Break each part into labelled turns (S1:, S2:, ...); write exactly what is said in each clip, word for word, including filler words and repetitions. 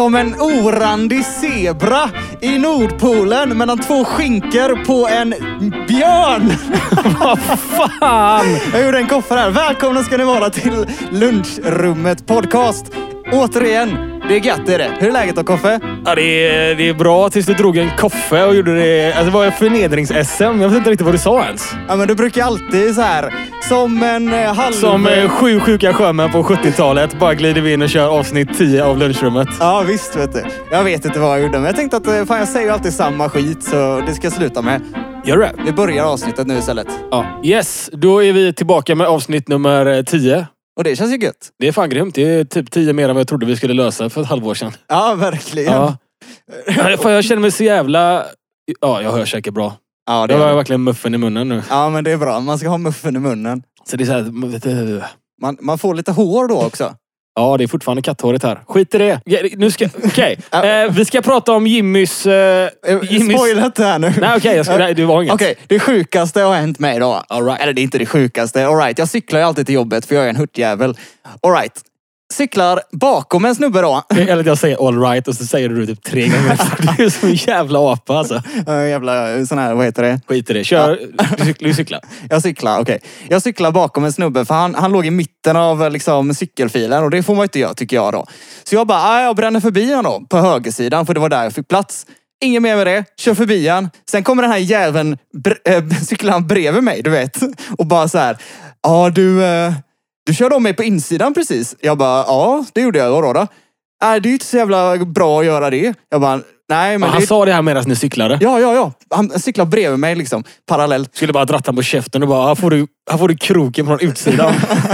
S1: som en orandig zebra i Nordpolen mellan två skinkor på en björn.
S2: Vad fan?
S1: Jag gjorde en koffer här. Välkomna ska ni vara till Lunchrummet podcast. Återigen, det är gött är det. Hur är läget då, Koffe?
S2: Ja, det är, det är bra tills du drog en koffe och gjorde det. Alltså, det var förnedrings-S M. Jag vet inte riktigt vad du sa ens.
S1: Ja, men du brukar alltid så här som en eh, halv...
S2: Som eh, sju sjuka sjömän på sjuttiotalet. Bara glider vi in och kör avsnitt tio av Lunchrummet.
S1: Ja, visst vet du. Jag vet inte vad jag gjorde, men jag tänkte att eh, fan, jag säger ju alltid samma skit, så det ska jag sluta med.
S2: Gör det?
S1: Vi börjar avsnittet nu istället.
S2: Ja. Yes, då är vi tillbaka med avsnitt nummer tio.
S1: Och det känns ju gött.
S2: Det är fan grymt. Det är typ tio mer än vad jag trodde vi skulle lösa för ett halvår sedan.
S1: Ja, verkligen.
S2: Ja. Fan, jag känner mig så jävla... Ja, jag hör säkert bra.
S1: Ja, det
S2: jag har
S1: är...
S2: verkligen muffen i munnen nu.
S1: Ja, men det är bra. Man ska ha muffen i munnen.
S2: Så det är så här, vet du...
S1: Man, man får lite hår då också.
S2: Ja, det är fortfarande katthåret här. Skit i det. Nu ska... Okej. Okay. eh, vi ska prata om Jimmys... Eh,
S1: Jimmys... Spoila inte här nu.
S2: Nej, okej. Okay, det var inget.
S1: Okej, okay, det sjukaste har hänt mig då.
S2: All right.
S1: Eller det är inte det sjukaste. All right. Jag cyklar ju alltid till jobbet för jag är en hurtjävel. All right. Cyklar bakom en snubbe då.
S2: Eller att jag säger all right och så säger du typ tre gånger. Det är som en jävla apa alltså.
S1: Uh, jävla sån här, vad heter det?
S2: Skit i det. Kör, ja. du, cyklar, du cyklar.
S1: Jag cyklar, okej. Okay. Jag cyklar bakom en snubbe för han, han låg i mitten av liksom, cykelfilen och det får man inte göra tycker jag då. Så jag bara, ah, jag bränner förbi han då på högersidan för det var där jag fick plats. Ingen mer med det. Kör förbi han. Sen kommer den här jäveln bre- äh, cyklar han bredvid mig, du vet. Och bara så här, ja ah, du... Uh, Du körde om mig på insidan precis. Jag bara, ja, det gjorde jag då då. Nej, det är ju inte så jävla bra att göra det. Jag bara, nej men...
S2: Han
S1: det...
S2: sa det här medan ni cyklade?
S1: Ja, ja, ja. Han cyklade bredvid mig liksom, parallellt.
S2: Skulle bara dratt han på käften och bara, här får du, här får du kroken från utsidan.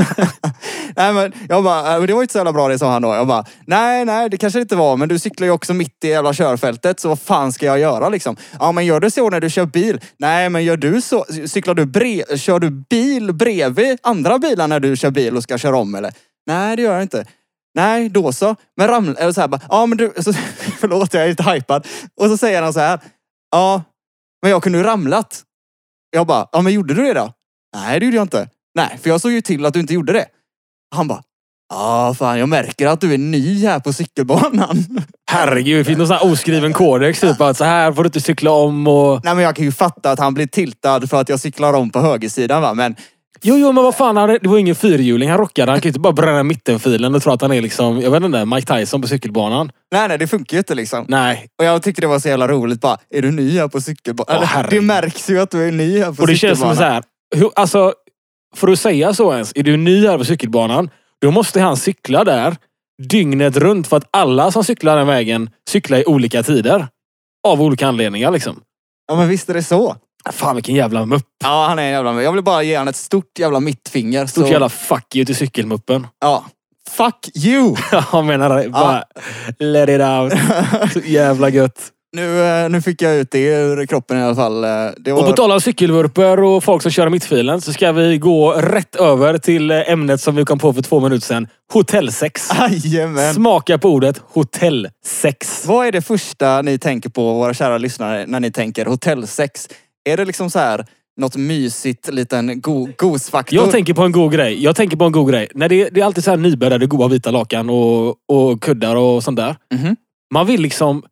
S1: Nej men, jag bara, det var inte så jävla bra det, sa han då. Jag bara, nej, nej, det kanske inte var. Men du cyklar ju också mitt i jävla körfältet. Så vad fan ska jag göra liksom? Ja, men gör du så när du kör bil? Nej, men gör du så? Cyklar du bre- kör du bil bredvid andra bilar när du kör bil och ska köra om eller? Nej, det gör jag inte. Nej, då så. Men ramla, eller så här bara, ja men du, så, förlåt jag är lite hypad. Och så säger han så här, ja, men jag kunde ju ramlat. Jag bara, ja men gjorde du det då? Nej, det gjorde jag inte. Nej, för jag såg ju till att du inte gjorde det. Han bara, ja fan jag märker att du är ny här på cykelbanan.
S2: Herregud, det finns någon sån här oskriven kodex typ att så här får du inte cykla om och...
S1: Nej men jag kan ju fatta att han blir tiltad för att jag cyklar om på högersidan va, men...
S2: Jo, jo, men vad fan, det var ingen fyrhjuling han rockade. Han kan ju inte bara bränna mittenfilen och tro att han är liksom, jag vet inte, Mike Tyson på cykelbanan.
S1: Nej, nej, det funkar ju inte liksom.
S2: Nej.
S1: Och jag tyckte det var så jävla roligt bara, är du ny här på cykelbanan?
S2: Åh,
S1: det märks ju att du är ny här på cykelbanan.
S2: Och det känns som så här, hur, alltså, för att säga så ens, är du ny här på cykelbanan, då måste han cykla där dygnet runt för att alla som cyklar den vägen cyklar i olika tider. Av olika anledningar liksom.
S1: Ja, men visst är det så.
S2: Fan vilken jävla mupp.
S1: Ja, han är en jävla mupp. Jag vill bara ge han ett stort jävla mittfinger.
S2: Stort
S1: så...
S2: jävla fuck you till cykelmuppen.
S1: Ja. Fuck you!
S2: Jag menar det. Bara ja. Let it out. Så jävla gött.
S1: Nu, nu fick jag ut det ur kroppen i alla fall. Det var...
S2: Och på tal om cykelvurper och folk som kör mittfilen så ska vi gå rätt över till ämnet som vi kom på för två minuter sedan. Hotellsex.
S1: Jajamän.
S2: Smaka på ordet hotellsex.
S1: Vad är det första ni tänker på, våra kära lyssnare, när ni tänker hotellsex? Är det liksom så här något mysigt, liten go- gosfaktor?
S2: Jag tänker på en god grej. Jag tänker på en god grej. När det, det är alltid så här nybäddade goda vita lakan och, och kuddar och sånt där.
S1: Mm-hmm.
S2: Man vill liksom...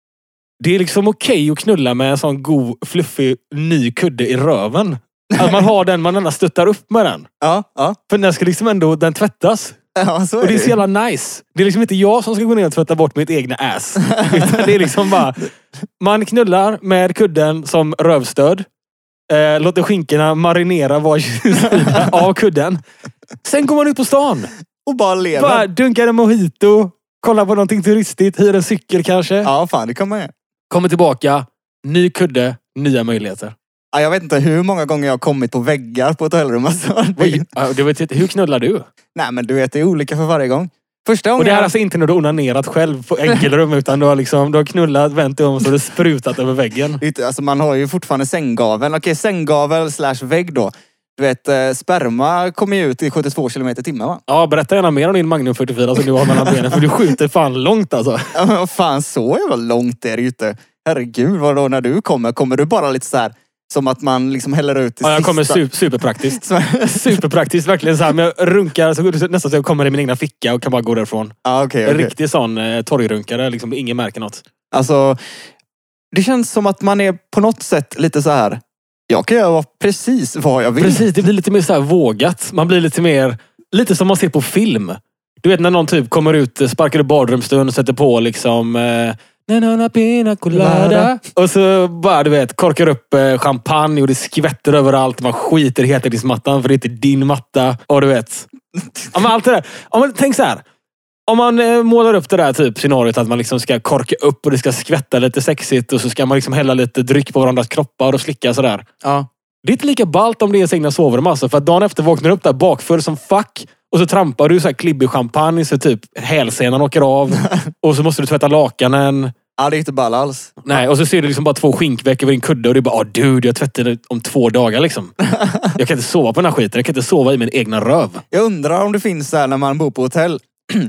S2: Det är liksom okej att knulla med en sån god, fluffig, ny kudde i röven. Att man har den, man ändå stöttar upp med den.
S1: Ja, ja.
S2: För den ska liksom ändå, den tvättas.
S1: Ja, så är
S2: och det är
S1: det.
S2: så jävla nice. Det är liksom inte jag som ska gå ner och tvätta bort mitt egna ass. Utan det är liksom bara... Man knullar med kudden som rövstöd. Eh, låter skinkorna marinera var sida av kudden. Sen går man ut på stan.
S1: Och bara lever.
S2: Bara dunkar en mojito. Kollar på någonting turistigt. Hyr en cykel kanske.
S1: Ja, fan det kan man göra.
S2: Kommer tillbaka. Ny kudde. Nya möjligheter.
S1: Ja, jag vet inte hur många gånger jag har kommit på väggar på hotellrum. Alltså.
S2: Ja, du vet, hur knullar du?
S1: Nej, men du vet, det är olika för varje gång. Första gången...
S2: Och det är
S1: jag...
S2: alltså inte när du har onanerat själv på enkelrum utan du har, liksom, du har knullat, vänt dig om så det sprutat över väggen.
S1: Alltså man har ju fortfarande sänggaveln. Okej, sänggavel slash vägg då. Du vet, eh, sperma kommer ju ut i sjuttiotvå kilometer i timmen va?
S2: Ja, berätta gärna mer om din Magnum fyrtiofyra som du har mellan benen. För du skjuter fan långt alltså.
S1: Ja, men vad fan, så jävla långt är det ju inte. Herregud, vadå när du kommer? Kommer du bara lite så här Som att man liksom häller ut till
S2: Ja, jag
S1: sista.
S2: kommer super, superpraktiskt. Superpraktiskt, verkligen så här. Men jag runkar så nästan så jag kommer i min egna ficka och kan bara gå därifrån.
S1: Ja, okay,
S2: En
S1: okay.
S2: riktig sån eh, torgrunkare, liksom ingen märker något.
S1: Alltså, det känns som att man är på något sätt lite så här. Jag kan göra precis vad jag vill.
S2: Precis, det blir lite mer så här vågat. Man blir lite mer, lite som man ser på film. Du vet när någon typ kommer ut, sparkar i badrumsstund och sätter på liksom... Eh, Nanana pina colada. Och så bara, du vet, korkar upp eh, champagne och det skvätter överallt. Man skiter i heltäckningsmattan för det är inte din matta. Och du vet. Ja, men allt det där. Om man, tänk så här. Om man eh, målar upp det där typ scenariot att man liksom ska korka upp och det ska skvätta lite sexigt och så ska man liksom hälla lite dryck på varandras kroppar och slicka sådär.
S1: Ja.
S2: Det är inte lika ballt om det är ens egna sovrum alltså. För att dagen efter vaknar du upp där bakfull som fuck. Och så trampar du så här klibbig champagne så typ hälsenan åker av. Och så måste du tvätta lakanen.
S1: Ja, det är inte ball alls.
S2: Nej, och så ser du liksom bara två skinkveck över din kudde och det är bara, åh dude, jag tvättar om två dagar liksom. Jag kan inte sova på den här skiten. Jag kan inte sova i min egna röv.
S1: Jag undrar om det finns där när man bor på hotell.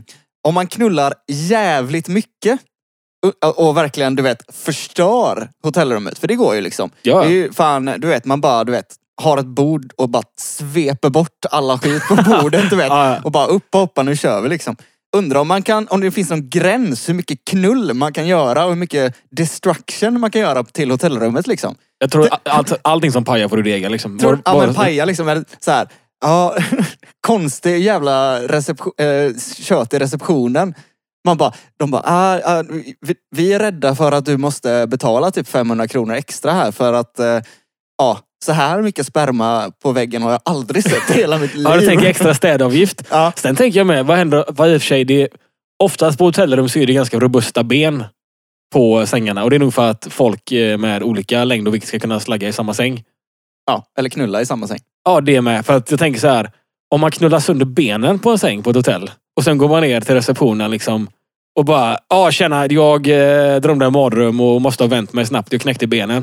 S1: Om man knullar jävligt mycket och, och verkligen, du vet, förstör hotellrummet. För det går ju liksom.
S2: Ja.
S1: Det är ju fan, du vet, man bara, du vet, har ett bord och bara sveper bort alla skit på bordet, du vet.
S2: Ja, ja.
S1: Och bara upp och hoppa, nu kör vi liksom. Undrar om man kan, om det finns någon gräns hur mycket knull man kan göra och hur mycket destruction man kan göra till hotellrummet liksom.
S2: Jag tror allt, allting som pajar får du dega liksom.
S1: Tror,
S2: Bara-
S1: ja men
S2: bara-
S1: paja liksom, eller så här. Ja, konstig jävla reception, äh, kött i receptionen. Man bara, de bara, ah, ah, vi, vi är rädda för att du måste betala typ femhundra kronor extra här för att, eh, ja, så här mycket sperma på väggen har jag aldrig sett i hela mitt liv.
S2: Ja, du tänker extra städavgift.
S1: Ja.
S2: Sen tänker jag med, vad händer, vad i och för sig, det är, oftast på hotellrum så är det ganska robusta ben på sängarna. Och det är nog för att folk eh, med olika längd och vikt ska kunna slagga i samma säng.
S1: Ja, eller knulla i samma säng.
S2: Ja, det är med. För att jag tänker så här, om man knullar sönder benen på en säng på ett hotell och sen går man ner till receptionen liksom och bara, ja tjena, jag eh, drömde en mardröm och måste ha vänt mig snabbt. Jag knäckte benen.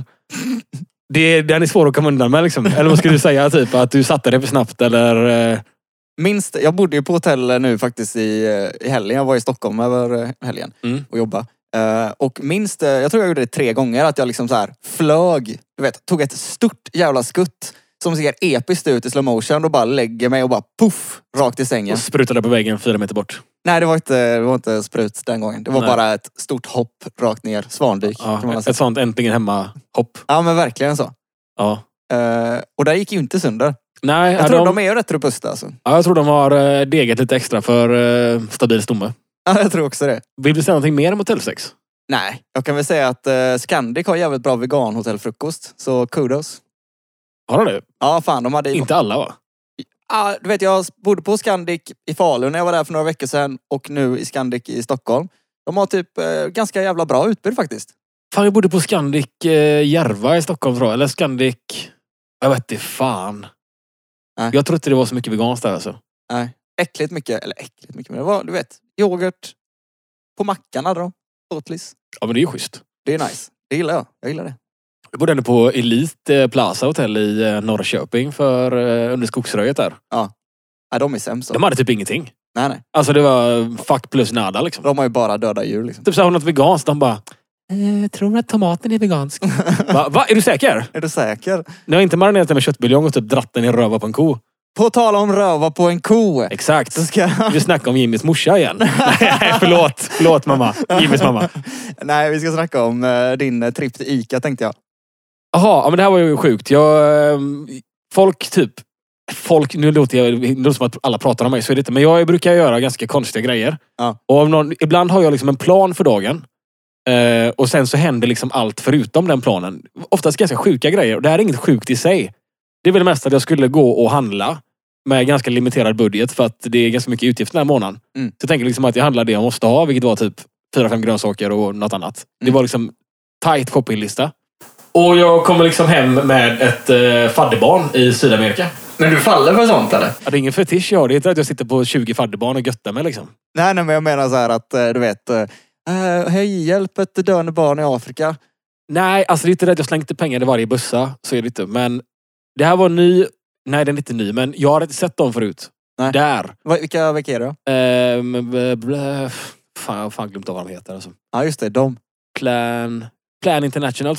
S2: Det, den är svår att komma undan med liksom. Eller vad skulle du säga? Typ att du satte det för snabbt eller... Eh...
S1: Minst, jag bodde ju på hotell nu faktiskt i, i helgen. Jag var i Stockholm över helgen
S2: Mm.
S1: och jobbade. Uh, och minst, uh, jag tror jag gjorde det tre gånger, att jag liksom så här flög, du vet, tog ett stort jävla skutt som ser episkt ut i slow motion och bara lägger mig och bara puff, rakt i sängen.
S2: Och sprutade på väggen fyra meter bort.
S1: Nej, det var inte, det var inte sprut den gången. Det var
S2: Nej.
S1: bara ett stort hopp rakt ner, svandyk.
S2: Ja,
S1: kan man
S2: ett
S1: säga.
S2: sånt äntligen hemma-hopp.
S1: Ja, men verkligen så.
S2: Ja.
S1: Uh, och där gick ju inte sönder.
S2: Nej,
S1: Jag
S2: ja,
S1: tror de,
S2: de,
S1: de är ju rätt robusta alltså.
S2: ja, jag tror de har eh, degat lite extra för eh, stabil stomme.
S1: Ja, jag tror också det.
S2: Vill du säga någonting mer om hotellsex?
S1: Nej, jag kan väl säga att uh, Scandic har jävligt bra veganhotellfrukost. Så kudos.
S2: Har de det?
S1: Ja, fan, de hade...
S2: Inte alla va?
S1: Ja, du vet, jag bodde på Scandic i Falun när jag var där för några veckor sedan. Och nu i Scandic i Stockholm. De har typ eh, ganska jävla bra utbud faktiskt.
S2: Fan, jag bodde på Scandic eh, Järva i Stockholm tror jag. Eller Scandic... Jag vet inte fan.
S1: Nej.
S2: Jag tror inte det var så mycket veganskt där alltså.
S1: Nej, äckligt mycket. Eller äckligt mycket. Men det var, du vet, yoghurt. På mackan hade de. Oatlis.
S2: Ja, men det är ju schysst.
S1: Det är nice. Det gillar jag. Jag gillar det.
S2: Jag bodde ändå på Elite eh, Plaza Hotel i eh, Norrköping för eh, under skogsröjet där.
S1: Nej, de är sämst.
S2: De hade typ ingenting.
S1: Nej, nej.
S2: Alltså det var fuck plus nada liksom.
S1: De har ju bara döda djur liksom.
S2: Typ så har något veganskt. De bara... Eh, tror du att tomaten är vegansk? Va? Va? Är du säker?
S1: Är du säker?
S2: Ni har inte marinerat den med köttbuljong och typ dratt den i röva på en ko?
S1: På tal om röva på en ko.
S2: Exakt.
S1: Så ska jag...
S2: Vi snackar om Jimmys morsa igen. Nej, förlåt. Förlåt mamma. Jimmys mamma.
S1: Nej, vi ska snacka om uh, din uh, tripp till Ica tänkte jag.
S2: Jaha, ja, men det här var ju sjukt. Jag, eh, folk typ... Folk, nu låter jag det låter som att alla pratar om mig, så är det inte. Men jag brukar göra ganska konstiga grejer.
S1: Ja.
S2: Och om någon, ibland har jag liksom en plan för dagen. Eh, och sen så händer liksom allt förutom den planen. Oftast ganska sjuka grejer. Och det här är inget sjukt i sig. Det är väl mest att jag skulle gå och handla med ganska limiterad budget för att det är ganska mycket utgifter den här månaden.
S1: Mm.
S2: Så jag tänker liksom att jag handlar det jag måste ha, vilket var typ fyra, fem grönsaker och något annat.
S1: Mm.
S2: Det var liksom tight shoppinglista. Och jag kommer liksom hem med ett eh, fadderbarn i Sydamerika.
S1: Men du faller för sånt eller?
S2: Ja, det är ingen fetisch jag har. Det är inte att jag sitter på tjugo fadderbarn och göttar mig liksom.
S1: Nej, nej, men jag menar så här att uh, du vet... Uh, hej, hjälp ett döende barn i Afrika.
S2: Nej, alltså det är inte det att jag slängde pengar i varje bussa. Så är det inte. Men det här var ny... Nej, den är inte ny. Men jag har inte sett dem förut.
S1: Nej.
S2: Där.
S1: Va, vilka, vilka är det då?
S2: Ehm, blä, blä, fan, jag har fan glömt av vad de heter. Alltså.
S1: Ja, just det. De.
S2: Plan... Plan International tror jag.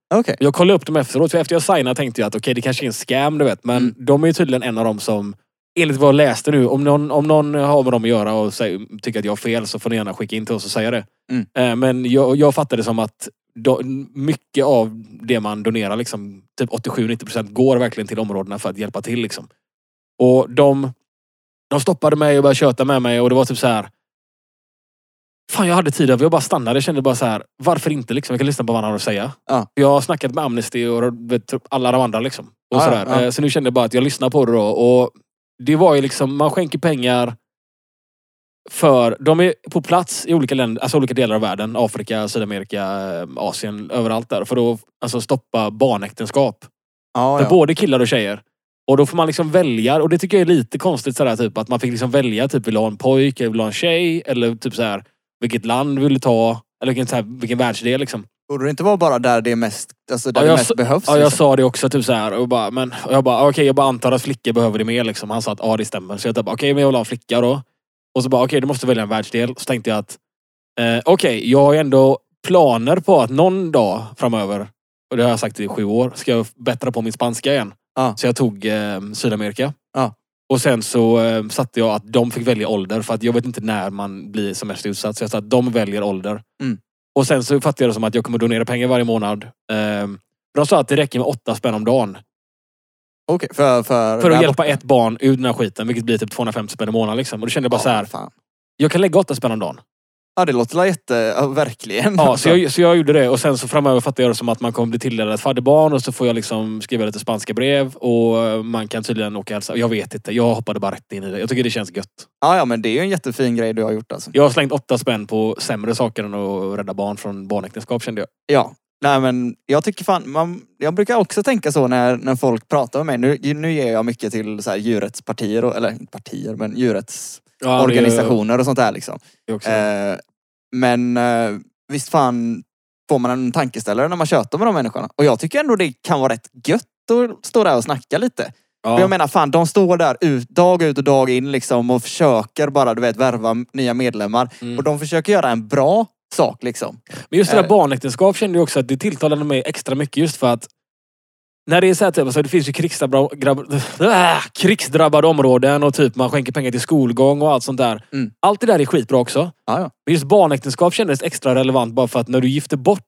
S1: Okej.
S2: Jag kollade upp dem efteråt. För efter jag signade tänkte jag att okej, okay, det kanske är en scam, du vet. Men mm. de är ju tydligen en av dem som, enligt vad jag läste nu, om någon, om någon har med dem att göra och säger, tycker att jag har fel, så får ni gärna skicka in till oss och säga det.
S1: Mm.
S2: Eh, men jag, jag fattade det som att do, mycket av det man donerar, liksom, typ åttiosju till nittio procent går verkligen till områdena för att hjälpa till. Liksom. Och de, de stoppade mig och började köta med mig och det var typ så här. Fan, jag hade tid över. Jag bara stannade. Jag kände bara så här, varför inte liksom? Jag kan lyssna på vad han har att säga.
S1: Ja.
S2: Jag har snackat med Amnesty och vet, alla de andra liksom. Och
S1: Ja,
S2: sådär.
S1: ja.
S2: Så nu kände jag bara att jag lyssnar på det då. Och det var ju liksom, man skänker pengar för, de är på plats i olika länder, alltså olika delar av världen. Afrika, Sydamerika, Asien, överallt där. För att alltså, stoppa barnäktenskap.
S1: Ja,
S2: För
S1: ja.
S2: både killar och tjejer. Och då får man liksom välja, och det tycker jag är lite konstigt sådär, typ att man fick liksom välja, typ vill ha en pojk, eller vill ha en tjej, eller typ så här. Vilket land vill du ta? Eller vilken, så här, vilken världsdel liksom.
S1: Borde det inte vara bara där det är mest, alltså där
S2: Ja,
S1: det
S2: jag
S1: mest
S2: sa-
S1: behövs?
S2: Ja, jag
S1: liksom?
S2: sa det också typ så här och bara, men och jag bara, okej, okay, jag bara antar att flickor behöver det mer liksom. Han sa att ja, det stämmer. Så jag tänkte, okej, okay, men jag vill ha en flicka då. Och så bara, okej, okay, du måste välja en världsdel. Så tänkte jag att, eh, okej, okay, jag har ändå planer på att någon dag framöver, och det har jag sagt i sju år, ska jag bättra på min spanska igen.
S1: Ja.
S2: Så jag tog eh, Sydamerika.
S1: Ja.
S2: Och sen så eh, satte jag att de fick välja ålder. För att jag vet inte när man blir som mest utsatt. Så jag sa att de väljer ålder.
S1: Mm.
S2: Och sen så fattade jag det som att jag kommer donera pengar varje månad. Eh, de sa att det räcker med åtta spänn om dagen.
S1: Okej, för, för,
S2: För att
S1: där
S2: hjälpa
S1: borta.
S2: ett barn ur den här skiten. Vilket blir typ tvåhundrafemtio spänn i månaden liksom. Och då kände jag bara
S1: Ja,
S2: så här.
S1: fan.
S2: Jag kan lägga åtta spänn om dagen.
S1: Ja, det låter jätte... Ja, verkligen.
S2: Ja, så jag, så jag gjorde det. Och sen så framöver fattade jag det som att man kommer bli tilldelad ett fadderbarn. Och så får jag liksom skriva lite spanska brev. Och man kan tydligen åka hälsa. Jag vet inte. Jag hoppade bara rätt in i det. Jag tycker det känns gött.
S1: Ja, ja, men det är ju en jättefin grej du har gjort alltså.
S2: Jag har slängt åtta spänn på sämre saker än att rädda barn från barnäktenskap, kände jag.
S1: Ja. Nej, men jag tycker fan... Man, jag brukar också tänka så när, när folk pratar med mig. Nu, nu ger jag mycket till så här djurrättspartier. Och, eller inte partier, men djurrättsorganisationer och sånt där liksom.
S2: Det är också.
S1: Eh, men eh, visst fan får man en tankeställare när man tjötar med de människorna. Och jag tycker ändå det kan vara rätt gött att stå där och snacka lite.
S2: Ja.
S1: För jag menar fan, de står där ut, dag ut och dag in liksom och försöker bara, du vet, värva nya medlemmar.
S2: Mm.
S1: Och de försöker göra en bra sak liksom.
S2: Men just det där
S1: Eh.
S2: barnäktenskap kände jag också att det tilltalade mig extra mycket, just för att när det är så här typ, alltså det finns ju krigsdrabbade, grabb, äh, krigsdrabbade områden och typ man skänker pengar till skolgång och allt sånt där.
S1: Mm.
S2: Allt det där är skitbra också.
S1: Ja, ja.
S2: Men just barnäktenskap kändes extra relevant bara för att när du gifter bort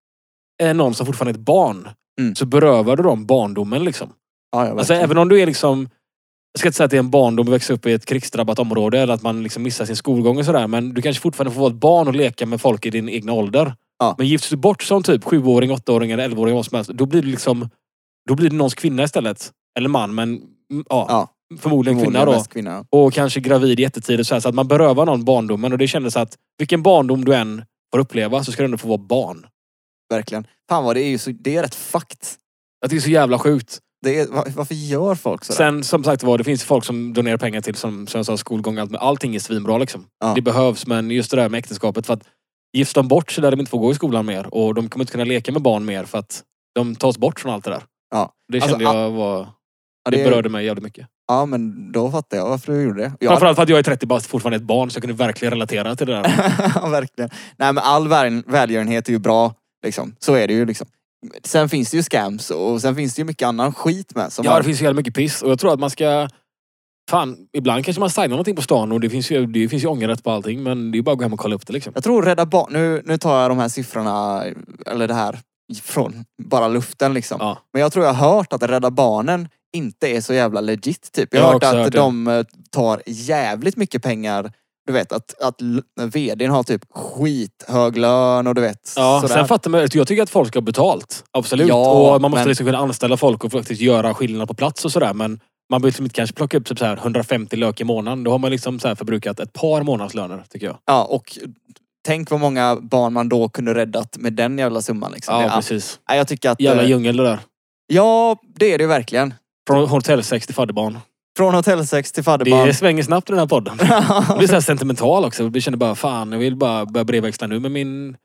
S2: eh, någon som fortfarande är ett barn,
S1: Mm.
S2: så berövar du dem barndomen liksom.
S1: Ja, ja,
S2: Alltså
S1: verkligen.
S2: även om du är liksom, jag ska inte säga att det är en barndom att växa upp i ett krigsdrabbat område eller att man liksom missar sin skolgång och sådär, men du kanske fortfarande får vara ett barn och leka med folk i din egna ålder.
S1: Ja.
S2: Men gifts du bort som typ sjuåring, åttaåring eller elvaåring, vad som helst, då blir du liksom, då blir det någons kvinna istället. Eller man, men mm, ja,
S1: Ja,
S2: förmodligen kvinna
S1: förmodligen
S2: då.
S1: mest kvinna.
S2: Och kanske gravid jättetidigt så här, så att man berövar någon barndomen, och det kändes att vilken barndom du än får uppleva så ska du ändå få vara barn.
S1: Verkligen. Fan vad det är ju så, det är rätt fakt.
S2: Att det är så jävla sjukt.
S1: Det är, var- varför gör folk sådär?
S2: Sen som sagt var, det finns folk som donerar pengar till, som, som jag sa, skolgång. Allt, men allting är svinbra liksom.
S1: Ja.
S2: Det behövs, men just det där med äktenskapet, för att gifts de bort så där de inte får gå i skolan mer, och de kommer inte kunna leka med barn mer för att de tas bort från allt det där.
S1: Ja.
S2: Det
S1: Alltså,
S2: kände jag var,
S1: Ja,
S2: det
S1: det-
S2: berörde mig jävligt mycket.
S1: Ja, men då fattar jag varför du gjorde det. Jag
S2: Framförallt för att jag är trettio bast fortfarande ett barn, så jag kunde verkligen relatera till det där.
S1: Ja, verkligen. Nej, men all väl, välgörenhet är ju bra. Liksom. Så är det ju liksom. Sen finns det ju scams och sen finns det ju mycket annan skit med. Som
S2: Ja,
S1: man,
S2: det finns ju jävligt mycket piss, och jag tror att man ska, fan, ibland kanske man signar någonting på stan, och det finns ju, det finns ju ångerrätt på allting, men det är ju bara att gå hem och kolla upp det liksom.
S1: Jag tror Rädda Barn, nu, nu tar jag de här siffrorna, eller det här, från bara luften liksom.
S2: Ja.
S1: Men jag tror jag har hört att Rädda Barnen inte är så jävla legit typ. Jag
S2: Jag
S1: har
S2: har
S1: hört
S2: också
S1: att
S2: hört det.
S1: de eh, tar jävligt mycket pengar. Du vet att, att l- vdn har typ skithög lön och du vet.
S2: Ja,
S1: sådär.
S2: sen fattar man, jag tycker att folk ska ha betalt. Absolut.
S1: Ja,
S2: och man måste
S1: men-
S2: liksom kunna anställa folk och faktiskt göra skillnad på plats och sådär. Men man behöver liksom inte kanske plocka upp typ så här hundrafemtio lök i månaden. Då har man liksom så här förbrukat ett par månadslöner, tycker jag.
S1: Ja, och tänk vad många barn man då kunde räddat med den jävla summan liksom.
S2: Ja,
S1: Det-
S2: precis.
S1: Nej, jag tycker att...
S2: Jävla
S1: eh,
S2: djungel det där.
S1: Ja, det är det ju verkligen.
S2: Från hotellsex till fadderbarn.
S1: Från hotellsex till fadderbarn.
S2: Det svänger snabbt i den här podden. Jag blir så här sentimental också. Jag känner bara, fan, jag vill bara börja brevväxla nu med min,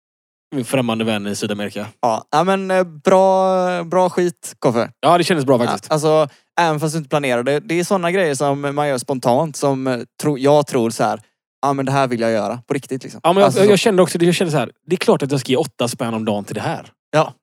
S2: min främmande vän i Sydamerika.
S1: Ja, ja, men eh, bra, bra skit, Koffe.
S2: Ja, det kändes bra faktiskt.
S1: Ja, alltså, även fast du inte planerar det. Det är sådana grejer som man gör spontant som eh, tro, jag tror så här. Ja, men det här vill jag göra. På riktigt liksom.
S2: Ja, men jag,
S1: Alltså,
S2: jag,
S1: så-
S2: jag kände också, jag kände så här, det är klart att jag ska ge åtta spänn om dagen till det här.
S1: Ja.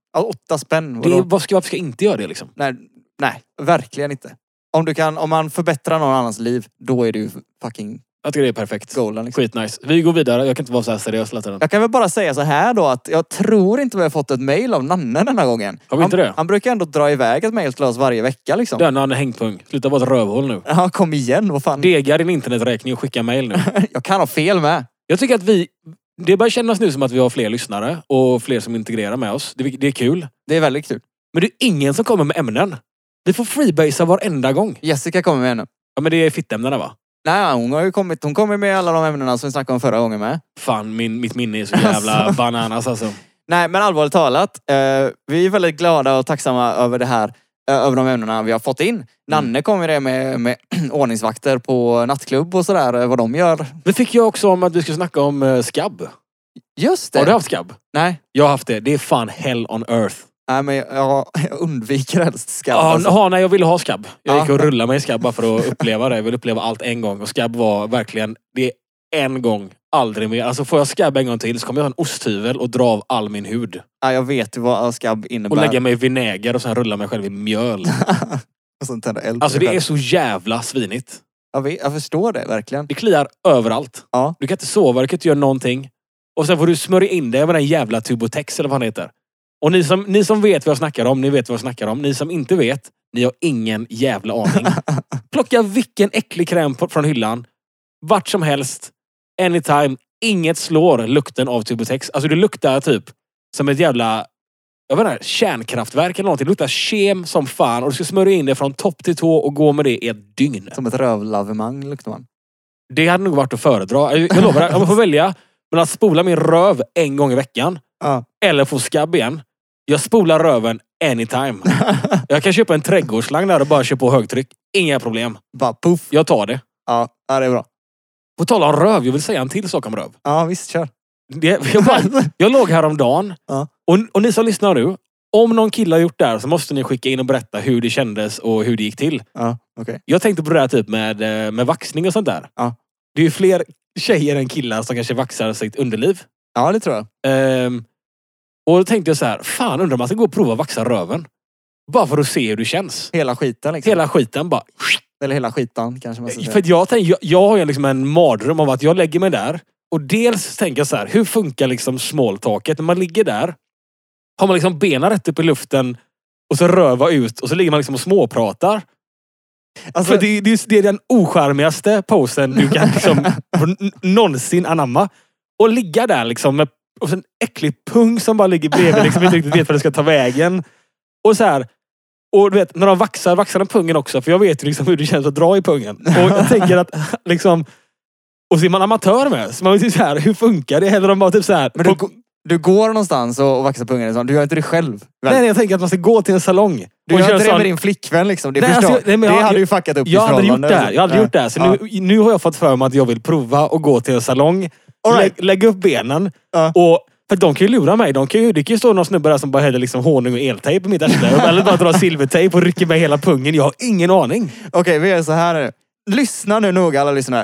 S1: Ja, åtta spänn.
S2: Det, vad ska, varför ska jag inte göra det liksom?
S1: Nej, nej, verkligen inte. Om, du kan, om man förbättrar någon annans liv, då är du fucking
S2: Jag tycker det är perfekt.
S1: golden. Liksom.
S2: Skitnice. Vi går vidare. Jag kan inte vara så här seriös hela tiden.
S1: Jag kan väl bara säga så här då att jag tror inte vi har fått ett mejl av Nanne den här gången.
S2: Har vi inte
S1: han,
S2: det?
S1: Han brukar ändå dra iväg ett mejl till oss varje vecka liksom.
S2: Den Nanne Hängpung. Sluta vara ett rövhål nu.
S1: Ja, kom igen. Vad fan.
S2: Dega din interneträkning och skicka mejl nu.
S1: Jag kan ha fel med.
S2: Jag tycker att vi... Det börjar kännas nu som att vi har fler lyssnare och fler som integrerar med oss. Det, det är kul.
S1: Det är väldigt kul.
S2: Men det är ingen som kommer med ämnen. Vi får freebasea varenda gång.
S1: Jessica kommer med nu.
S2: Ja, men det är fittämnena va?
S1: Nej, hon har ju kommit, hon kommer med alla de ämnena som vi snackade om förra gången med.
S2: Fan, min, mitt minne är så jävla bananas alltså.
S1: Nej, men allvarligt talat. Eh, vi är väldigt glada och tacksamma över det här. Eh, över de ämnena vi har fått in. Nanne mm. kommer det med, med ordningsvakter på nattklubb och sådär. Vad de gör.
S2: Det fick jag också om att vi ska snacka om uh, skabb.
S1: Just det.
S2: Har du haft skabb?
S1: Nej.
S2: Jag har haft det. Det är fan hell on earth.
S1: Nej, men jag, jag undviker helst skabb.
S2: Ja,
S1: alltså.
S2: aha, nej, jag ville ha skabb. Jag
S1: ja.
S2: gick och rullade mig i skabb bara för att uppleva det. Jag ville uppleva allt en gång. Och skabb var verkligen, det är en gång, aldrig mer. Alltså får jag skabb en gång till så kommer jag ha en osthyvel och dra av all min hud.
S1: Ja, jag vet ju vad skabb innebär.
S2: Och lägga mig i vinäger och sen rulla mig själv i mjöl.
S1: Och sen tända eld.
S2: Alltså det är så jävla svinigt.
S1: Jag, vet, jag förstår det, verkligen.
S2: Det kliar överallt.
S1: Ja.
S2: Du kan inte sova, du kan inte göra någonting. Och sen får du smörja in det med den jävla Tubotex eller vad han heter. Och ni som, ni som vet vad jag snackar om, ni vet vad jag snackar om. Ni som inte vet, ni har ingen jävla aning. Plocka vilken äcklig kräm på, från hyllan. Vart som helst. Anytime. Inget slår lukten av Tubotex. Alltså det luktar typ som ett jävla, jag vet inte, kärnkraftverk eller någonting. Det luktar kem som fan. Och du ska smörja in det från topp till tå och gå med det i ett dygn.
S1: Som ett rövlavemang luktar man.
S2: Det hade nog varit att föredra. Jag, jag lovar, om jag får välja men att spola min röv en gång i veckan.
S1: Ja.
S2: Eller få skabb igen. Jag spolar röven anytime. Jag kan köpa en trädgårdsslang där och bara köpa på högtryck. Inga problem.
S1: Bara puff.
S2: Jag tar det.
S1: Ja, ja det är bra.
S2: På tal om röv, jag vill säga en till sak om röv.
S1: Ja, visst, kör.
S2: Det, jag, bara, jag låg häromdagen.
S1: Ja.
S2: Och, och ni som lyssnar nu. Om någon kille har gjort det här så måste ni skicka in och berätta hur det kändes och hur det gick till.
S1: Ja, okay.
S2: Jag tänkte på det här typ med, med vaxning och sånt där.
S1: Ja.
S2: Det är ju fler tjejer än killar som kanske vaxar sitt underliv.
S1: Ja, det tror jag.
S2: Ehm, och då tänkte jag så här, fan undrar man ska gå och prova vaxa röven. Bara för att se hur det känns.
S1: Hela skiten liksom.
S2: Hela skiten bara.
S1: Eller hela skitan kanske man ska säga.
S2: För att jag, tänker, jag, jag har ju liksom en mardröm av att jag lägger mig där. Och dels tänker jag så här, hur funkar liksom smalltalket? När man ligger där, har man liksom benen rätt upp i luften och så röva ut och så ligger man liksom och småpratar. Alltså, för det, det, det är den ocharmigaste posen du kan liksom någonsin anamma. Och ligga där liksom med och så en äcklig pung som bara ligger bredvid liksom inte riktigt vet vad det ska ta vägen. Och så här. Och du vet, när de vaxar, vaxar den pungen också. För jag vet ju liksom hur det känns att dra i pungen. Och jag tänker att liksom... Och så är man amatör med. Så man vet ju så här, hur funkar det? Eller de bara typ så här...
S1: Men du, du går någonstans och, och vaxar pungen. Sånt. Du gör inte det själv. Väl?
S2: Nej, nej, jag tänker att man ska gå till en salong.
S1: Du gör inte det med din flickvän liksom. Det, nej, alltså, nej, men
S2: det
S1: jag,
S2: hade
S1: ju fuckat upp
S2: jag
S1: i
S2: hade gjort det här. Jag hade
S1: ja.
S2: gjort det här. Så
S1: ja.
S2: nu, nu har jag fått för mig att jag vill prova och gå till en salong.
S1: Right.
S2: Lä, lägga upp benen.
S1: Ja.
S2: Och... För de kan ju lura mig. De kan ju, det kan ju stå någon snubbe där som bara häller liksom honung och eltejp på mitt arsle. Eller bara drar silvertejp och rycker med hela pungen. Jag har ingen aning.
S1: Okej, okay, vi gör så här nu. Lyssna nu noga alla lyssnare.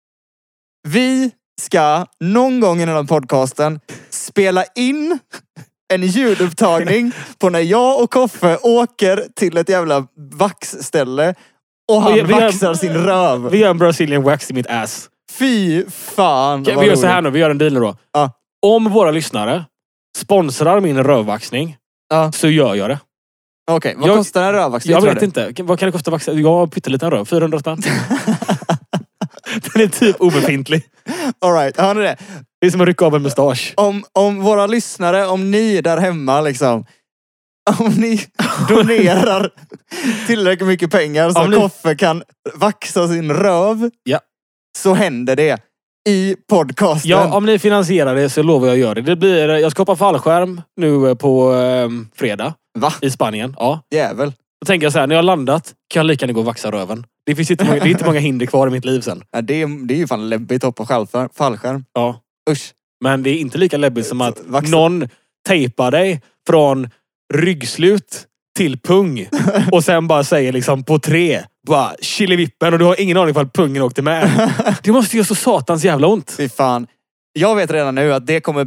S1: Vi ska någon gång i den här podcasten spela in en ljudupptagning på när jag och Koffe åker till ett jävla vaxställe och han vi, vi vaxar gör, sin röv.
S2: Vi gör en Brazilian wax i mitt ass.
S1: Fy fan.
S2: Okay, vi gör så här nu. Vi gör en deal nu då.
S1: Ja.
S2: Om våra lyssnare sponsrar min rövvaxning
S1: ja.
S2: så gör jag det.
S1: Okej, okay, vad jag, kostar en rövvaxning?
S2: Jag, jag vet det. inte. Vad kan det kosta vaxa? Jag har pytteliten röv. fyrahundra spänn. Den är typ obefintlig.
S1: All right, hör ni det?
S2: Det är som att rycka av en mustasch.
S1: Om, om våra lyssnare, om ni där hemma liksom, om ni donerar tillräckligt mycket pengar så ni... Koffe kan vaxa sin röv,
S2: ja.
S1: så händer det i podcasten.
S2: Ja, om ni finansierar det så lovar jag att göra det. Det blir, jag ska hoppa fallskärm nu på eh, fredag.
S1: Va?
S2: I Spanien. Ja.
S1: Jävel.
S2: Då tänker jag så här, när jag har landat kan jag lika gärna gå och vaxa röven. Det finns inte många, det är inte många hinder kvar i mitt liv sen.
S1: Ja, det, är, det är ju fan läbbigt att hoppa fallskärm.
S2: Ja.
S1: Usch.
S2: Men det är inte lika läbbigt som att
S1: vaxa.
S2: Någon tejpar dig från ryggslut till pung. Och sen bara säger liksom på tre. Bara chilivippen och du har ingen aning ifall pungen åkte med. Det måste ju så satans jävla ont.
S1: Fy fan. Jag vet redan nu att det kommer bli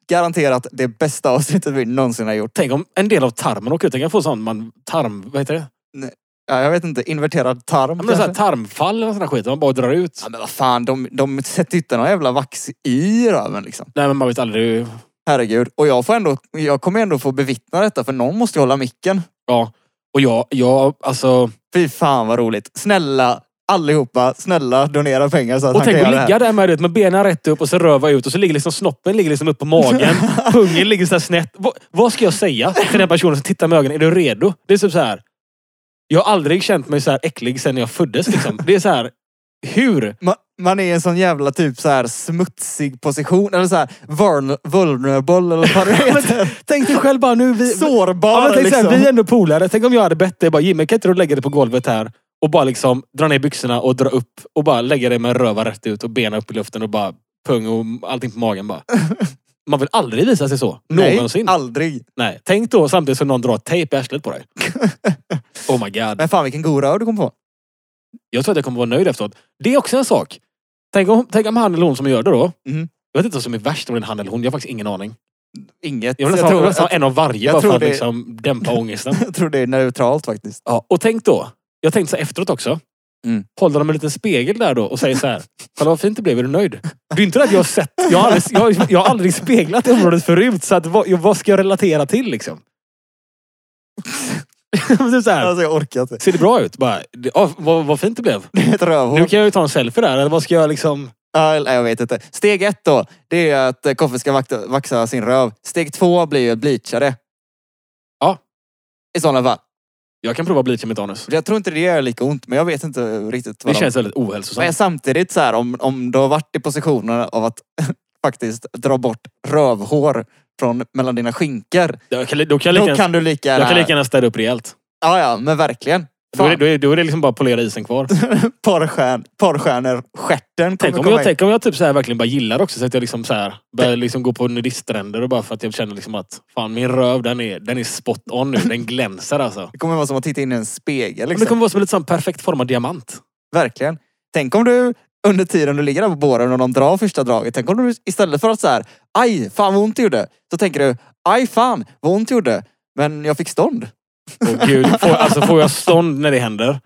S1: garanterat det bästa avsnittet vi någonsin har gjort.
S2: Tänk om en del av tarmen åker ut. Tänk jag få sån man, tarm, vad heter det?
S1: Nej. Ja, jag vet inte, inverterad tarm.
S2: Ja, men så här, tarmfall eller sån här skit. Man bara drar ut.
S1: Ja, men vad fan, de, de sätter inte någon jävla vax i röven liksom.
S2: Nej, men man vet aldrig.
S1: Herregud. Och jag får ändå, jag kommer ändå få bevittna detta för någon måste ju hålla micken.
S2: Ja. Och jag, jag alltså...
S1: Fy fan vad roligt. Snälla, allihopa, snälla donera pengar så att
S2: och
S1: han
S2: tänk
S1: kan
S2: att
S1: göra
S2: ligga
S1: det här.
S2: där med, med benen rätt upp och så röva ut och så ligger liksom snoppen ligger liksom upp på magen. Pungen ligger så här snett. Va, vad ska jag säga till den personen som tittar med ögonen? Är du redo? Det är typ så här. Jag har aldrig känt mig så här äcklig sedan jag föddes liksom. Det är så här. Hur?
S1: Man, man är i en sån jävla typ så här smutsig position. Eller så här vulnerable eller vad det heter.
S2: Tänk dig själv bara nu. Vi,
S1: Sårbar
S2: ja, tänk
S1: liksom.
S2: Så här, vi är ändå polare. Tänk om jag hade bett dig bara, Jimmy, kan inte du lägga dig på golvet här? Och bara liksom dra ner byxorna och dra upp. Och bara lägga dig med röva rätt ut och bena upp i luften och bara pung och allting på magen bara. Man vill aldrig visa sig så. Någonsin.
S1: Nej, aldrig.
S2: Nej. Tänk då samtidigt som någon drar tejp i arslet på dig. Oh my god.
S1: Men fan vilken god rör du kom på.
S2: Jag tror att jag kommer vara nöjd efteråt. Det är också en sak. Tänk om, tänk om han eller hon som gör det då.
S1: Mm.
S2: Jag vet inte vad som är värst om det är han eller hon. Jag har faktiskt ingen aning.
S1: Inget.
S2: Jag vill nästan, jag tror, jag, en av varje bara för att det... liksom dämpa ångesten.
S1: Jag tror det är neutralt faktiskt.
S2: Ja, och tänk då. Jag tänkte så efteråt också.
S1: Mm.
S2: Håller de en liten spegel där då och säger så här. Kolla vad fint det blev, är du nöjd? Det är inte det att jag har sett. Jag har aldrig, jag, jag har aldrig speglat det området förut. Så att, vad, vad ska jag relatera till liksom? Så här,
S1: alltså jag orkar inte.
S2: ser det bra ut? Bara, ja, vad, vad fint det blev.
S1: Det är ett rövhål.
S2: Nu kan jag ju ta en selfie där. Eller vad ska jag liksom...
S1: Ja, jag vet inte. Steg ett då. Det är att Koffe ska vaxa, vaxa sin röv. Steg två blir ju bleachare.
S2: Ja.
S1: I sådana fall.
S2: Jag kan prova bleacha mitt anus.
S1: Jag tror inte det gör lika ont. Men jag vet inte riktigt vad
S2: Det
S1: de...
S2: känns väldigt ohälsosamt.
S1: Men samtidigt så här. Om, om du har varit i positionen av att faktiskt dra bort rövhår från mellan dina skinkor.
S2: Då kan, då kan, jag
S1: Då
S2: lika,
S1: kan du lika
S2: jag
S1: gärna...
S2: kan lika gärna städa upp rejält.
S1: Ja, ja. Men verkligen.
S2: Då är, det, då, är, då är det liksom bara polera isen kvar.
S1: Porrstjärn, porrstjärnor, stjärten
S2: Tänk om,
S1: komma
S2: jag, tänk om jag typ så här verkligen bara gillar också. Så att jag liksom så här börjar liksom gå på nudiststränder och bara för att jag känner liksom att fan min röv den är, den är spot on nu. Den glänser alltså.
S1: Det kommer vara som att titta in i en spegel. Liksom.
S2: Det kommer vara som en lite sån perfekt formad diamant.
S1: Verkligen. Tänk om du under tiden du ligger där på båren och de drar första draget. Tänk om du istället för att så här, aj, fan vad ont det gjorde. Så tänker du, aj fan vad ont det gjorde. Men jag fick stånd.
S2: Åh gud, får, alltså får jag stånd när det händer?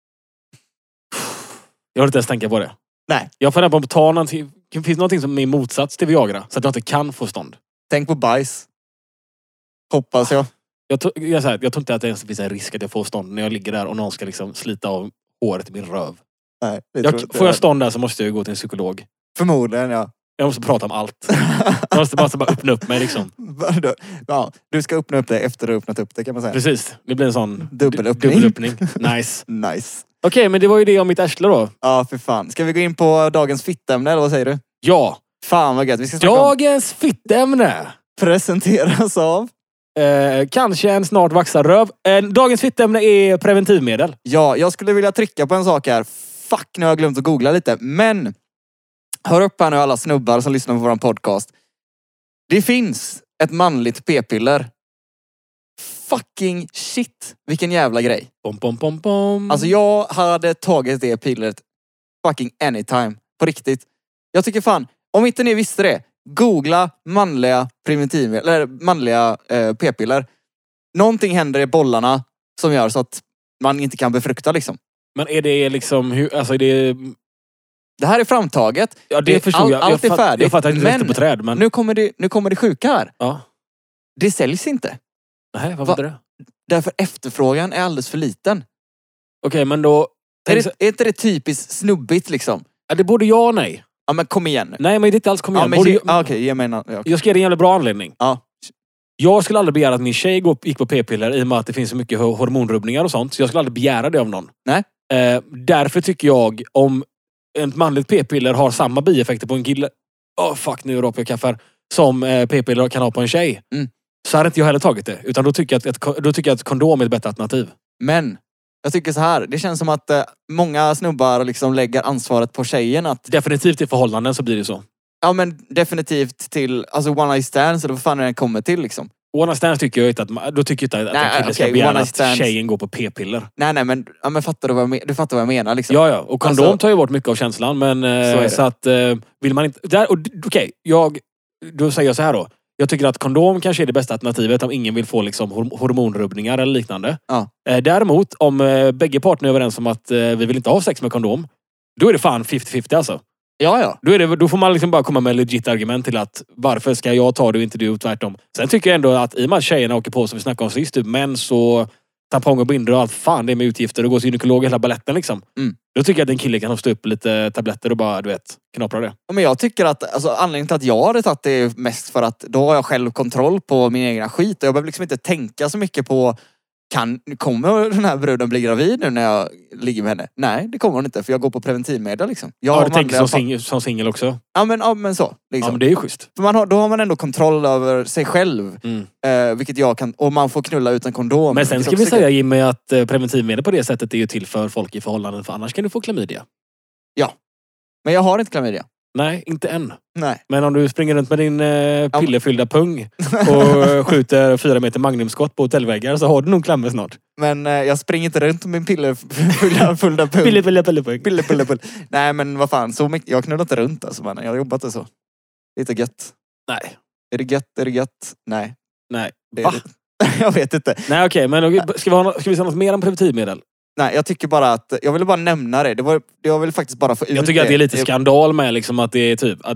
S2: Jag vill inte ens tänka på det.
S1: Nej.
S2: Jag får på att ta någonting. Finns det någonting som är motsats till Viagra? Så att jag inte kan få stånd.
S1: Tänk på bajs. Hoppas jag.
S2: Jag, to- jag, här, jag tror inte att det ens finns en risk att jag får stånd när jag ligger där och någon ska liksom slita av håret i min röv.
S1: Nej, det
S2: Jag,
S1: tror
S2: får jag stånd där så måste jag gå till en psykolog.
S1: Förmodligen, ja.
S2: Jag måste prata om allt. Jag måste bara, bara öppna upp mig liksom.
S1: Ja, du ska öppna upp det efter du har öppnat upp det kan man säga.
S2: Precis. Det blir en sån
S1: Dubbelöppning.
S2: dubbelöppning. Nice.
S1: Nice.
S2: Okej, okay, men det var ju det om mitt arsle då.
S1: Ja, för fan. Ska vi gå in på dagens fittämne eller vad säger du?
S2: Ja.
S1: Fan vad gött. Vi ska snacka om...
S2: Dagens fittämne.
S1: Presenteras av...
S2: Eh, kanske en snart vaxad röv. Eh, dagens fittämne är preventivmedel.
S1: Ja, jag skulle vilja trycka på en sak här. Fuck, nu har jag glömt att googla lite. Men, hör upp här nu alla snubbar som lyssnar på våran podcast. Det finns ett manligt p-piller. Fucking shit, vilken jävla grej.
S2: Bom, bom, bom, bom.
S1: Alltså jag hade tagit det pillret fucking anytime. På riktigt. Jag tycker fan, om inte ni visste det, googla manliga preventivmedel, eller manliga eh, p-piller. Någonting händer i bollarna som gör så att man inte kan befrukta liksom.
S2: Men är det liksom, hur, alltså är det...
S1: Det här är framtaget.
S2: Ja, det,
S1: det
S2: förstår
S1: all,
S2: jag.
S1: Allt
S2: jag
S1: är färdigt.
S2: Jag fattar inte
S1: men
S2: rätt på träd, men...
S1: Nu kommer det, nu kommer det sjuka här.
S2: Ja.
S1: Det säljs inte.
S2: Nej, varför inte det?
S1: Därför efterfrågan är alldeles för liten.
S2: Okej, okay, men då...
S1: Är, det, är inte det typiskt snubbigt liksom?
S2: Ja, det borde jag nej.
S1: Ja, men kom igen nu.
S2: Nej, men det är inte alls kom igen.
S1: Ja,
S2: borde
S1: ge,
S2: jag...
S1: ah, okej, okay, ge mig en... Ja, okay.
S2: Jag ska ge dig en jävla bra anledning.
S1: Ja.
S2: Jag skulle aldrig begära att min tjej gick på p-piller i och med att det finns så mycket hormonrubbningar och sånt. Så jag skulle aldrig begära det av någon.
S1: Nej.
S2: Eh, därför tycker jag om ett manligt p-piller har samma bieffekter på en kille. Åh oh, fuck, nu råkar jag kaffar. Som eh, p-piller kan ha på en tjej.
S1: Mm.
S2: Så hade inte jag heller tagit det. Utan då tycker jag att, ett, då tycker jag att kondom är ett bättre alternativ.
S1: Men jag tycker så här. Det känns som att eh, många snubbar liksom lägger ansvaret på tjejen att...
S2: Definitivt i förhållanden så blir det så.
S1: Ja, men definitivt till... Alltså one night stands eller vad fan är den kommer till liksom.
S2: One night stands tycker jag inte att... Då tycker jag inte att
S1: nej,
S2: en kille
S1: okay,
S2: ska begära att
S1: stands.
S2: tjejen går på p-piller.
S1: Nej, nej, men, ja, men fattar du vad jag, men, du fattar vad jag menar liksom.
S2: Ja, ja. Och kondom
S1: alltså,
S2: tar ju bort mycket av känslan. Men
S1: så,
S2: så att... Vill man inte... Okej, okay, jag... Då säger jag så här då. Jag tycker att kondom kanske är det bästa alternativet om ingen vill få liksom hor- hormonrubbningar eller liknande.
S1: Ja.
S2: Eh, däremot, om eh, bägge parterna är överens om att eh, vi vill inte ha sex med kondom, då är det fan fifty fifty alltså.
S1: Ja, ja.
S2: Då, är det, då får man liksom bara komma med legit argument till att varför ska jag ta det och inte du och tvärtom. Sen tycker jag ändå att i och med att tjejerna åker på som vi snackade om sist, typ män så tampong och bindor och allt fan det är med utgifter och gå till gynekolog hela balletten liksom.
S1: Mm.
S2: Då tycker jag att en kille kan stå upp lite tabletter och bara, du vet, knapra det.
S1: Men jag tycker att, alltså, anledningen till att jag hade tagit det är mest för att då har jag själv kontroll på min egna skit och jag behöver liksom inte tänka så mycket på kan, kommer den här bruden bli gravid nu när jag ligger med henne? Nej, det kommer hon inte för jag går på preventivmedel liksom. Jag
S2: Ja, du tänker som,
S1: fa-
S2: sing- som singel också?
S1: Ja men, ja, men så. Liksom.
S2: Ja, men det är ju schysst.
S1: För man har, då har man ändå kontroll över sig själv.
S2: Mm.
S1: Eh, vilket jag kan, och man får knulla utan kondom.
S2: Men sen
S1: Vilket
S2: ska vi
S1: också-
S2: säga Jimmy att eh, preventivmedel på det sättet är ju till för folk i förhållanden, för annars kan du få klamydia.
S1: Ja. Men jag har inte klamydia.
S2: Nej, inte än.
S1: Nej.
S2: Men om du springer runt med din eh, pillerfyllda pung och eh, skjuter fyra meter magnumskott på hotellväggar så har du nog klammer snart.
S1: Men eh, jag springer inte runt med min piller fulla, fulla pung.
S2: Pille, pille, pille, pung.
S1: Pille, pille, pille. Nej men vad fan, så mycket, jag knullar inte runt alltså mannen. Jag har jobbat det så. Lite gött.
S2: Nej.
S1: Är det gött? Är det gött? Nej.
S2: Nej.
S1: Det är
S2: Va?
S1: det. Jag vet inte.
S2: Nej okej, men okej, ska vi, ha, nå- ska vi säga något mer om preventivmedel?
S1: Nej, jag tycker bara att, jag ville bara nämna det. Det var, jag ville faktiskt bara få ut
S2: Jag tycker att det är lite skandal med liksom att det är typ att,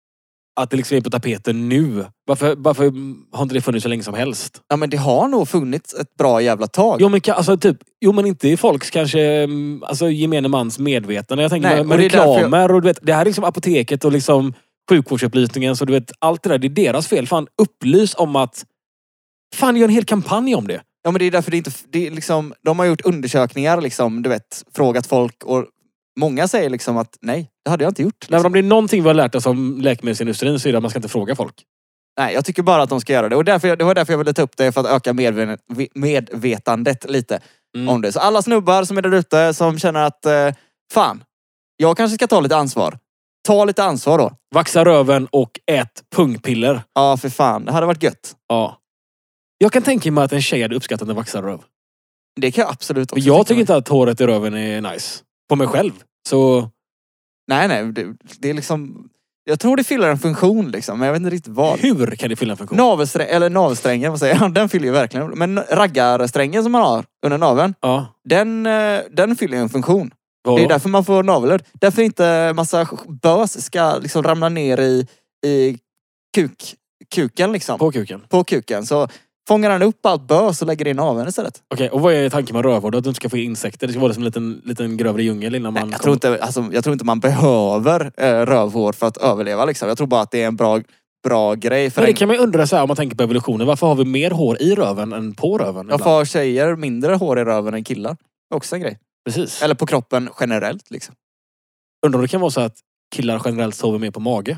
S2: att det liksom är på tapeten nu. Varför, varför har inte det funnits så länge som helst?
S1: Ja men det har nog funnits ett bra jävla tag.
S2: Jo men, ka- alltså, typ, jo, men inte i folks kanske mm, alltså, gemene mans medvetande. Jag tänker
S1: Nej,
S2: med, med
S1: och det är därför
S2: reklamer och du vet, det här är liksom apoteket och liksom sjukvårdsupplysningen så du vet, allt det där, det är deras fel. Fan, upplys om att fan, gör en hel kampanj om det.
S1: Ja men det är därför det inte, det är liksom, de har gjort undersökningar liksom, du vet, frågat folk och många säger liksom att nej, det hade jag inte gjort.
S2: Nej, men om det är någonting vi har lärt oss om läkemedelsindustrin så är det att man ska inte fråga folk.
S1: Nej, jag tycker bara att de ska göra det. Och därför, det var därför jag ville ta upp det, för att öka medve- medvetandet lite
S2: Mm.
S1: om det. Så alla snubbar som är där ute som känner att eh, fan, jag kanske ska ta lite ansvar. Ta lite ansvar då.
S2: Vaxa röven och ät pungpiller.
S1: Ja, för fan. Det hade varit gött.
S2: Ja. Jag kan tänka mig att en tjej hade uppskattat en vaxad röv.
S1: Det kan jag absolut också
S2: Och jag
S1: tänka
S2: tycker
S1: mig.
S2: inte att håret i röven är nice. På mig själv. Så
S1: Nej, nej. Det, det är liksom... Jag tror det fyller en funktion liksom, men jag vet inte riktigt vad.
S2: hur kan det fylla en funktion?
S1: Navelsträng, eller navelsträngen, vad säger jag? Den fyller ju verkligen. Men raggarsträngen som man har under naveln,
S2: Ja.
S1: den, eh, den fyller ju en funktion.
S2: Vadå?
S1: Det är därför man får navelludd. Därför inte massa bös ska liksom ramla ner i, i kuk, kuken liksom.
S2: På kuken.
S1: På kuken. Så fångar han upp allt bös och lägger in naveln istället.
S2: Okej, och vad är tanken med rövhål? Att du inte ska få insekter? Det ska vara som en liten, liten grövre djungel innan man...
S1: Nej, jag, tror inte, alltså, jag tror inte man behöver eh, rövhår för att överleva liksom. Jag tror bara att det är en bra, bra grej. För
S2: Men det
S1: en,
S2: kan man ju undra så här, om man tänker på evolutionen. Varför har vi mer hår i röven än på röven?
S1: jag
S2: ibland?
S1: får tjejer mindre hår i röven än killar. Också en grej.
S2: Precis.
S1: Eller på kroppen generellt liksom.
S2: Undrar om det kan vara så att killar generellt sover mer på mage.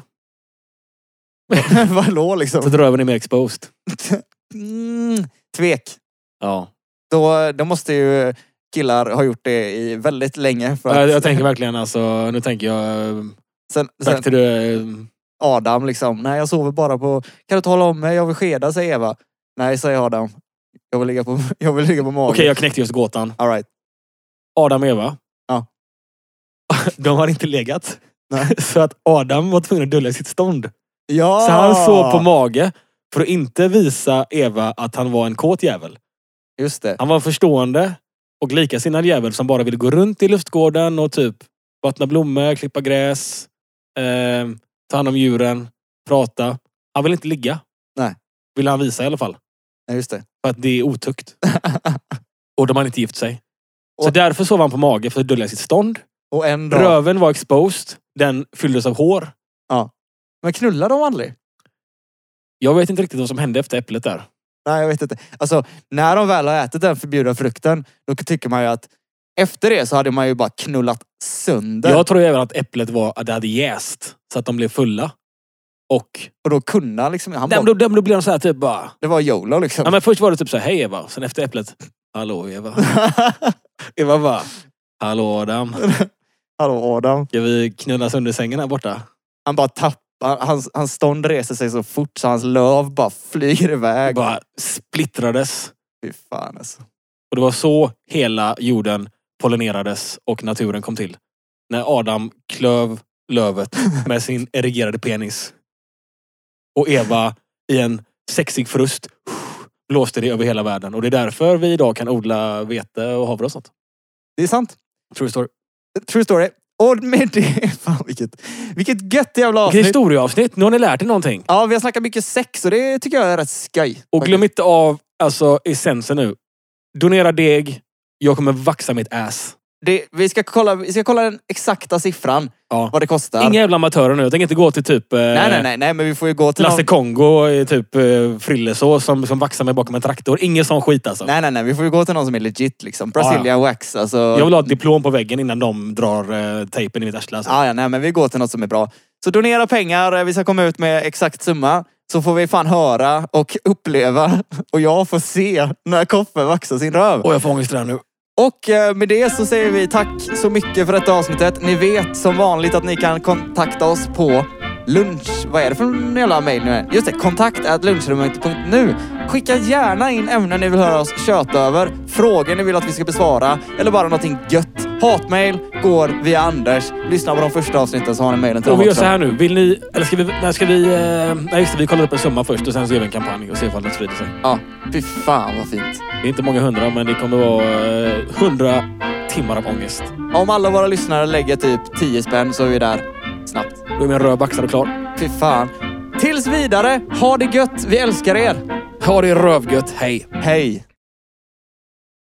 S1: Vadå liksom?
S2: Så att röven är mer exposed.
S1: Mm, tvek.
S2: Ja.
S1: Då, då måste ju killar ha gjort det i väldigt länge. För att,
S2: Jag, jag tänker verkligen alltså, nu tänker jag...
S1: sen,
S2: Back
S1: sen
S2: to the...
S1: Adam liksom, nej jag sover bara på, kan du tala om mig, jag vill skeda, säger Eva. Nej, säger Adam. Jag vill ligga på, jag vill ligga på magen.
S2: Okej, jag knäckte just gåtan.
S1: All right.
S2: Adam och Eva.
S1: Ja.
S2: De har inte legat.
S1: Nej.
S2: Så att Adam var tvungen att dölja sitt stånd.
S1: Ja!
S2: Så han sov på mage för att inte visa Eva att han var en kåt jävel.
S1: Just det.
S2: Han var en förstående och likasinnad jävel som bara ville gå runt i lustgården och typ vattna blommor, klippa gräs, eh, ta hand om djuren, prata. Han vill inte ligga.
S1: Nej.
S2: Vill han visa i alla fall.
S1: Ja, just det.
S2: För att det är otukt. Och de har inte gift sig. Så
S1: Och-
S2: därför sov han på mage för att dölja sitt stånd.
S1: Och en dag.
S2: Röven var exposed. Den fylldes av hår.
S1: Men knullar de aldrig?
S2: Jag vet inte riktigt vad som hände efter äpplet där.
S1: Nej, jag vet inte. Alltså, när de väl har ätit den förbjudna frukten, då tycker man ju att efter det så hade man ju bara knullat sönder.
S2: Jag tror även att äpplet var att det hade jäst. Så att de blev fulla. Och
S1: Och då kunna liksom... Han
S2: Nej,
S1: bara,
S2: men då, då blir de så här typ bara...
S1: det var YOLO liksom.
S2: Ja, men först var det typ så här, hej Eva. Sen efter äpplet, hallå Eva. Eva bara, hallå Adam.
S1: Hallå Adam.
S2: Ska vi knulla sönder sängen här borta?
S1: Han bara tappar. Hans, hans stånd reser sig så fort så hans löv bara flyger
S2: Det
S1: iväg.
S2: bara splittrades.
S1: Fy fan alltså.
S2: Och det var så hela jorden pollinerades och naturen kom till. När Adam klöv lövet med sin erigerade penis. Och Eva i en sexig frust blåste det över hela världen. Och det är därför vi idag kan odla vete och havre och sånt.
S1: Det är sant.
S2: True story.
S1: True story. Och med det, fan vilket, vilket gött jävla avsnitt.
S2: Vilket historieavsnitt. Nu har ni lärt er någonting.
S1: Ja, vi har snackat mycket sex och det tycker jag är rätt skoj.
S2: Och glöm inte av alltså essensen nu. Donera deg. Jag kommer vaxa mitt ass.
S1: Det, vi, ska kolla, vi ska kolla den exakta siffran.
S2: Ja.
S1: Vad det kostar.
S2: Inga jävla amatörer nu. Jag tänker inte gå till typ... Eh,
S1: nej, nej, nej, nej. Men vi får ju gå till
S2: Lasse
S1: någon...
S2: Kongo i typ eh, frillesås som, som vaxar mig bakom en traktor. Ingen sån skit alltså.
S1: Nej, nej, nej. Vi får ju gå till någon som är legit liksom. Brazilian
S2: ja, ja.
S1: wax. Alltså...
S2: Jag vill ha ett diplom på väggen innan de drar eh, tejpen i mitt arsle. Alltså.
S1: Ja, ja, nej. Men vi går till något som är bra. Så donera pengar. Vi ska komma ut med exakt summa. Så får vi fan höra och uppleva. Och jag får se när Koffe vaxar sin röv.
S2: Och jag får ångest där nu.
S1: Och med det så säger vi tack så mycket för detta avsnittet. Ni vet som vanligt att ni kan kontakta oss på lunch... Vad är det för jävla mejl nu? Just det, kontakt at lunchrummet punkt nu. Skicka gärna in ämnen ni vill höra oss köta över. Frågor ni vill att vi ska besvara. Eller bara någonting gött. Hatmail går via Anders. Lyssna på de första avsnitten så har ni mejlen till
S2: dem
S1: också.
S2: Och vi gör så här nu. Vill ni... Eller ska vi... Nej, ska vi... Eh, nej, just det, vi kollar upp en summa först och sen så gör vi en kampanj och ser ifall det sprider sig.
S1: Ja, fy fan vad fint.
S2: Det är inte många hundra, men det kommer vara eh, hundra timmar av ångest.
S1: Om alla våra lyssnare lägger typ tio spänn så är vi där snabbt.
S2: Då är min röv vaxad och klar.
S1: Fy fan. Tills vidare, ha det gött. Vi älskar er.
S2: Ha det rövgött. Hej.
S1: Hej.